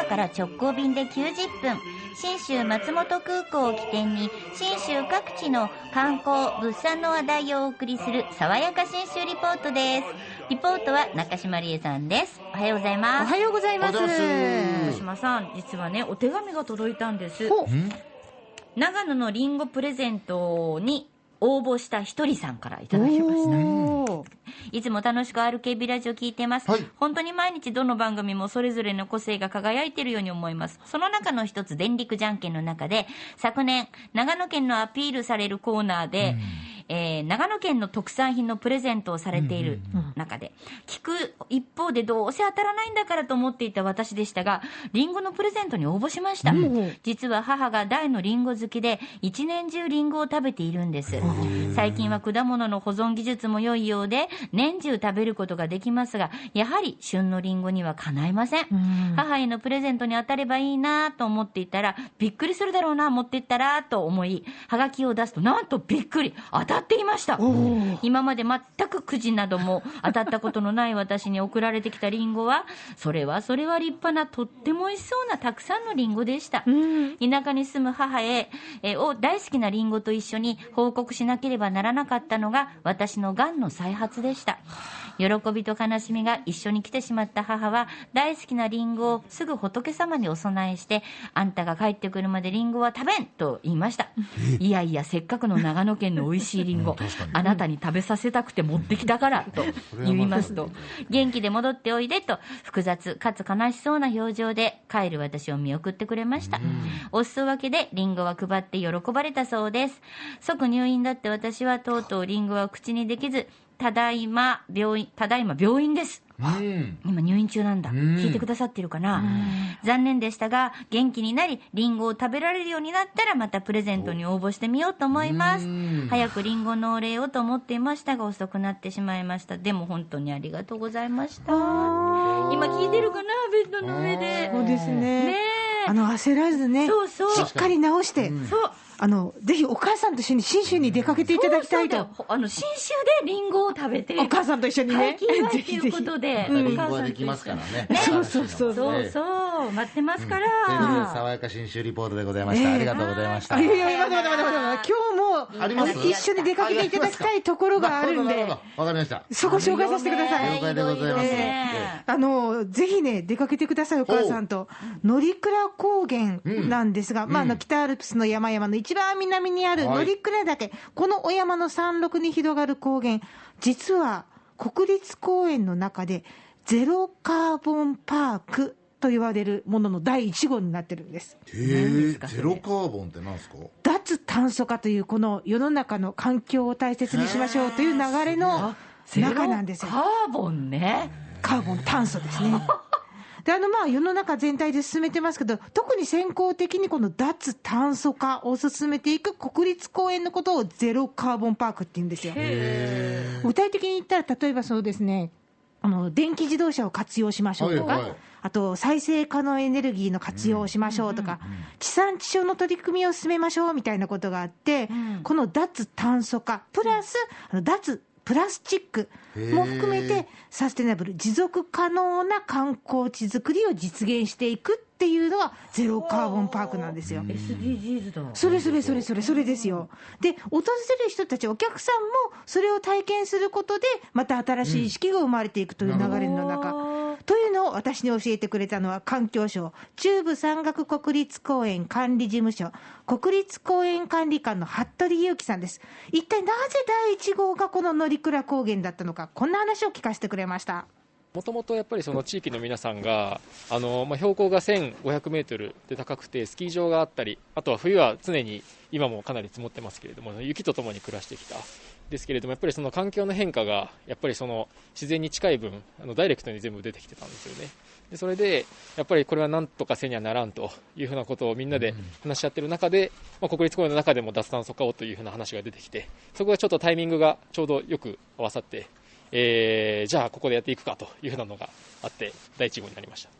から直行便で90分、信州松本空港を起点に信州各地の観光物産の話題をお送りする爽やか信州リポートです。リポートは中島理恵さんです。おはようございます。 おはようございます。 中島さん、実はねお手紙が届いたんです。長野のリンゴプレゼントに応募したひとりさんからいただきました。いつも楽しく RKB ラジオ聞いてます、はい、本当に毎日どの番組もそれぞれの個性が輝いているように思います。その中の一つ電力じゃんけんの中で昨年長野県のアピールされるコーナーで、長野県の特産品のプレゼントをされている中で、聞く一方でどうせ当たらないんだからと思っていた私でしたが、リンゴのプレゼントに応募しました。実は母が大のリンゴ好きで一年中リンゴを食べているんです。最近は果物の保存技術も良いようで年中食べることができますが、やはり旬のリンゴにはかないません。母へのプレゼントに当たればいいなと思っていたら、びっくりするだろうな持っていったらと思い、はがきを出すとなんとびっくり当たっていました。今まで全くくじなども当たったことのない私に送られてきたリンゴはそれは立派なとっても美味しそうなたくさんのリンゴでした。田舎に住む母へを大好きなリンゴと一緒に報告しなければならなかったのが私のがんの再発でした。喜びと悲しみが一緒に来てしまった母は大好きなリンゴをすぐ仏様にお供えして、あんたが帰ってくるまでリンゴは食べんと言いました。いやいや、せっかくの長野県の美味しいリンゴ、あなたに食べさせたくて持ってきたからと言いますと、元気で戻っておいでと複雑かつ悲しそうな表情で帰る私を見送ってくれました。お裾分けでリンゴは配って喜ばれたそうです。即入院だって私はとうとうリンゴは口にできず、ただいま病院です。今入院中なんだ。聞いてくださってるかな。残念でしたが元気になりリンゴを食べられるようになったらまたプレゼントに応募してみようと思います。早くリンゴのお礼をと思っていましたが遅くなってしまいました。でも本当にありがとうございました。今聞いてるかな、ベッドの上で。 そうですね。焦らずね、しっかり直して、ぜひお母さんと一緒に信州に出かけていただきたいと。 信州でリンゴを食べてお母さんと一緒にね、 ぜひぜひということで、 リンゴはできますからね。 そう待ってますから。 爽やか信州リポートでございました。ありがとうございました。 いやまだ今日も一緒に出かけていただきたいところがあるんで、 わかりました。 そこ紹介させてください。 了解でございます。 ぜひね出かけてください、お母さんと。乗鞍高原なんですが、北アルプスの山々の一番南にある乗鞍岳、このお山の山麓に広がる高原、実は国立公園の中でゼロカーボンパークと言われるものの第1号になってるんです。 ゼロカーボンって何ですか？ 脱炭素化というこの世の中の環境を大切にしましょうという流れの中なんですよ。 カーボンね。 カーボン、炭素ですね。で世の中全体で進めてますけど、特に先行的にこの脱炭素化を進めていく国立公園のことをゼロカーボンパークって言うんですよ。具体的に言ったら、例えばそうですね、電気自動車を活用しましょうとか、あと再生可能エネルギーの活用をしましょうとか、地産地消の取り組みを進めましょうみたいなことがあって、この脱炭素化プラス脱プラスチックも含めてサステナブル、持続可能な観光地づくりを実現していくっていうのがゼロカーボンパークなんですよ。 SDGs だ。 それですよ。で、訪れる人たち、お客さんもそれを体験することでまた新しい意識が生まれていくという流れの中、というのを私に教えてくれたのは環境省中部山岳国立公園管理事務所国立公園管理官の服部裕樹さんです。一体なぜ第1号がこの乗鞍高原だったのか、こんな話を聞かせてくれました。 もともとやっぱりその地域の皆さんが標高が1500メートルで高くてスキー場があったり、あとは冬は常に今もかなり積もってますけれども雪とともに暮らしてきたですけれども、やっぱりその環境の変化がやっぱりその自然に近い分ダイレクトに全部出てきてたんですよね。でそれでやっぱりこれはなんとかせにはならんというふうなことをみんなで話し合っている中で、国立公園の中でも脱炭素化をというふうな話が出てきて、そこがちょっとタイミングがちょうどよく合わさって、じゃあここでやっていくかというふうなのがあって第1号になりました。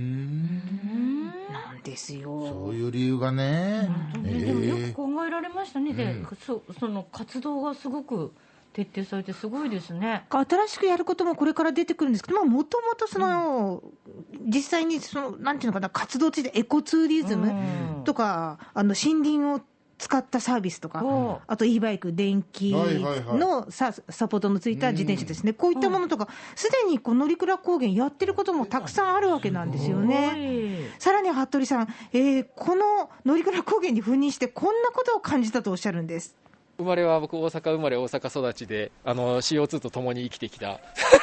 なんですよ。 そういう理由がね。 でもよく考えられましたね。でその活動がすごく徹底されてすごいですね。 新しくやることもこれから出てくるんですけど、もともと実際になんていうのかな、活動ついてエコツーリズムとか、森林を使ったサービスとか、あと e バイク、電気のサポートのついた自転車ですね、こういったものとか、すでに乗鞍高原やってることもたくさんあるわけなんですよね。さらに服部さん、この乗鞍高原に赴任して、こんなことを感じたとおっしゃるんです。 生まれは僕、大阪生まれ、大阪育ちで、CO2 と共に生きてきた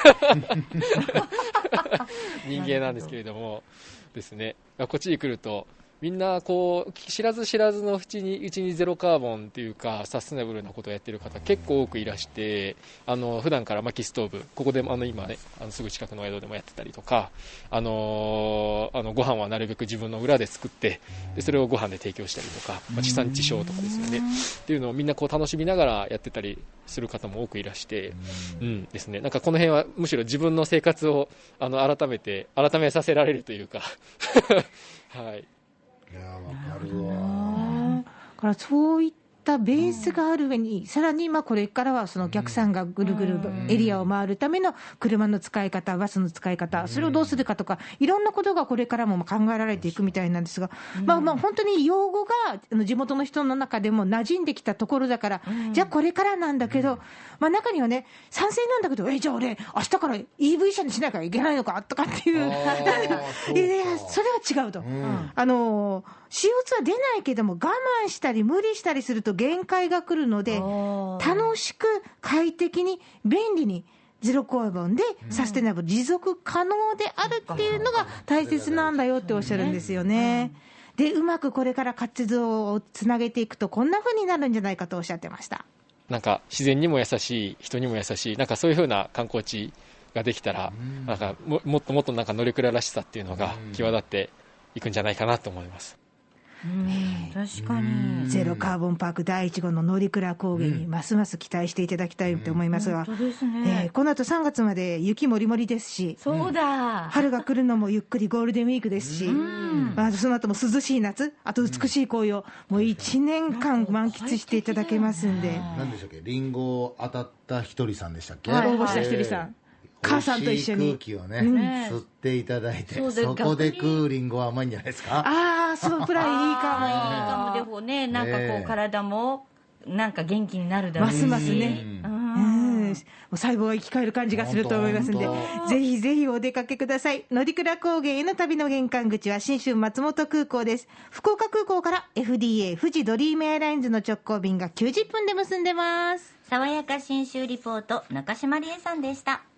人間なんですけれどもですね、こっちに来ると、みんな知らず知らずのうちにゼロカーボンっていうかサステナブルなことをやってる方結構多くいらして、普段から薪ストーブ、ここで今ね、すぐ近くの宿でもやってたりとか、ご飯はなるべく自分の裏で作って、でそれをご飯で提供したりとか、地産地消とかですよねっていうのをみんな楽しみながらやってたりする方も多くいらして、ですね、なんかこの辺はむしろ自分の生活を改めさせられるというかはい。 いや、わかるわ。 だからそういったベースがある上に、さらにこれからはお客さんがぐるぐるエリアを回るための車の使い方、バスの使い方、それをどうするかとか、いろんなことがこれからも考えられていくみたいなんですが、本当に用語が地元の人の中でも馴染んできたところだから、じゃあこれからなんだけど、中にはね、賛成なんだけど、じゃあ俺、明日から EV 車にしなきゃいけないのかとかっていう、いや、それは違うと。CO2 は出ないけども、我慢したり無理したりすると限界が来るので、楽しく快適に便利にゼロカーボンでサステナブル、持続可能であるっていうのが大切なんだよっておっしゃるんですよね。で、うまくこれから活動をつなげていくとこんな風になるんじゃないかとおっしゃってました。 なんか自然にも優しい、人にも優しい、なんかそういう風な観光地ができたら、なんかもっともっとなんか乗鞍らしさっていうのが際立っていくんじゃないかなと思います。 確かにゼロカーボンパーク第1号の乗鞍高原にますます期待していただきたいと思いますが、 本当ですね。 この後3月まで雪もりもりですし、 そうだ、 春が来るのもゆっくりゴールデンウィークですし、その後も涼しい夏、あと美しい紅葉、もう1年間満喫していただけますんで。 何でしたっけ、リンゴ当たったひとりさんでしたっけ、 応募したひとりさん、母さんと一緒に空気をね、吸っていただいて、そこで食うリンゴは甘いんじゃないですか。 そのプランいいかも。 いいかもでね、なんか体もなんか元気になるだろうし、 ますますね、細胞が生き返る感じがすると思いますので、ぜひぜひお出かけください。乗鞍高原への旅の玄関口は信州松本空港です。福岡空港から FDA 富士ドリームエアラインズの直行便が90分で結んでます。 爽やか信州リポート、中島理恵さんでした。